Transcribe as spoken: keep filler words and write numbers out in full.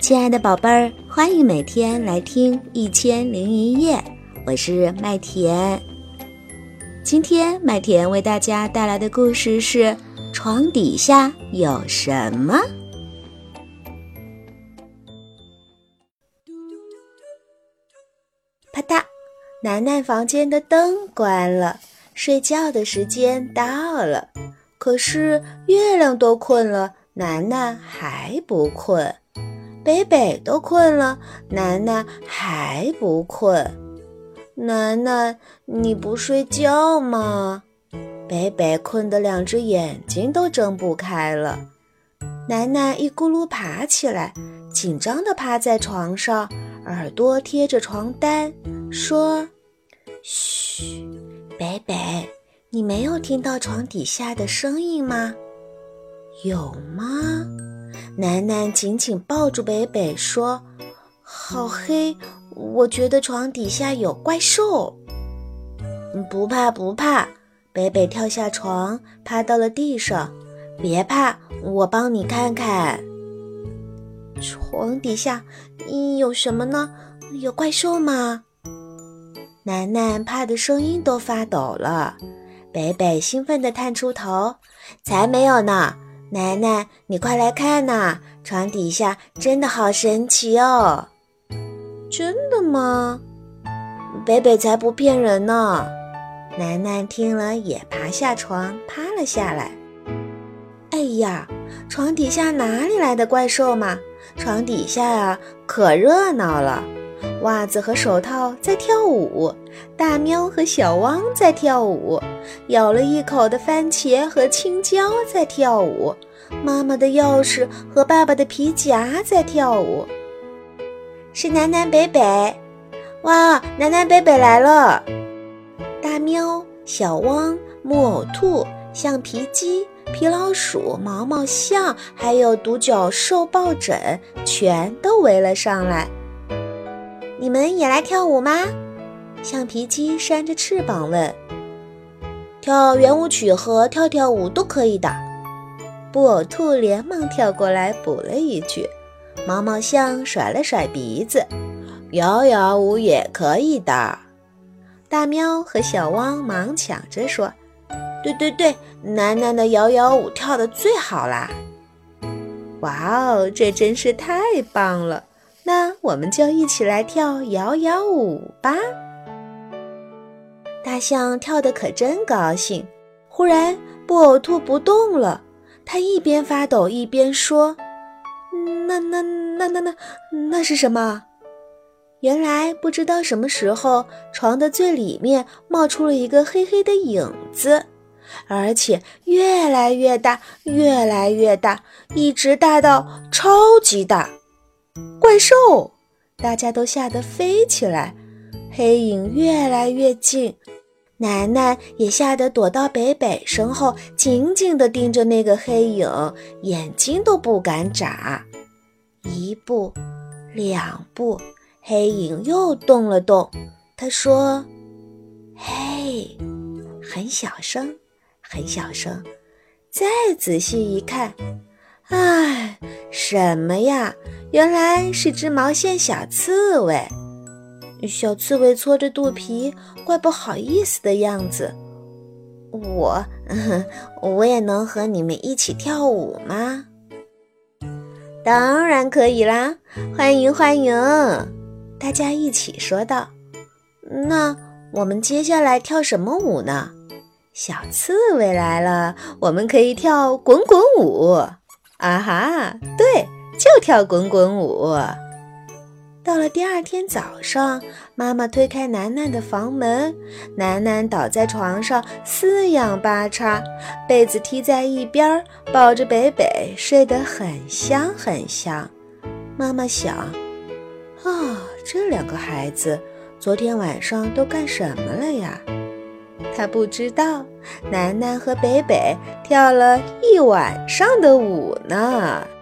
亲爱的宝贝儿，欢迎每天来听一千零一夜，我是麦田。今天麦田为大家带来的故事是床底下有什么？啪嗒，楠楠房间的灯关了，睡觉的时间到了。可是月亮都困了，楠楠还不困。北北都困了，楠楠还不困。楠楠，你不睡觉吗？北北困得两只眼睛都睁不开了。楠楠一咕噜爬起来，紧张地趴在床上，耳朵贴着床单，说：嘘，北北，你没有听到床底下的声音吗？有吗？楠楠紧紧抱住北北说：好黑，我觉得床底下有怪兽。不怕不怕，北北跳下床，趴到了地上。别怕，我帮你看看。床底下有什么呢？有怪兽吗？楠楠怕的声音都发抖了。北北兴奋地探出头：才没有呢，楠楠，你快来看呐，床底下真的好神奇哦。真的吗？北北才不骗人呢。楠楠听了也爬下床，趴了下来。哎呀，床底下哪里来的怪兽嘛？床底下啊，可热闹了。袜子和手套在跳舞，大喵和小汪在跳舞，咬了一口的番茄和青椒在跳舞，妈妈的钥匙和爸爸的皮夹在跳舞。是南南北北，哇，南南北北来了！大喵、小汪、木偶兔、橡皮鸡、皮老鼠、毛毛象还有独角兽抱枕全都围了上来。你们也来跳舞吗？橡皮鸡扇着翅膀问。跳圆舞曲和跳跳舞都可以的。布偶兔连忙跳过来补了一句。毛毛象甩了甩鼻子，摇摇舞也可以的。大喵和小汪忙抢着说，对对对，楠楠的摇摇舞跳得最好啦。哇哦，这真是太棒了，那我们就一起来跳摇摇舞吧。大象跳得可真高兴，忽然布偶兔不动了，它一边发抖一边说，那那那那那那是什么？原来不知道什么时候，床的最里面冒出了一个黑黑的影子，而且越来越大，越来越大，一直大到超级大。怪兽！大家都吓得飞起来，黑影越来越近，楠楠也吓得躲到北北身后，紧紧地盯着那个黑影，眼睛都不敢眨。一步，两步，黑影又动了动。他说：嘿，很小声，很小声。再仔细一看，哎，什么呀？原来是只毛线小刺猬。小刺猬搓着肚皮，怪不好意思的样子。我，我也能和你们一起跳舞吗？当然可以啦，欢迎欢迎！大家一起说道。那我们接下来跳什么舞呢？小刺猬来了，我们可以跳滚滚舞。啊哈，对，就跳滚滚舞。到了第二天早上，妈妈推开楠楠的房门，楠楠倒在床上四仰八叉，被子踢在一边，抱着北北睡得很香很香。妈妈想，啊，这两个孩子昨天晚上都干什么了呀？她不知道，楠楠和北北跳了一晚上的舞呢。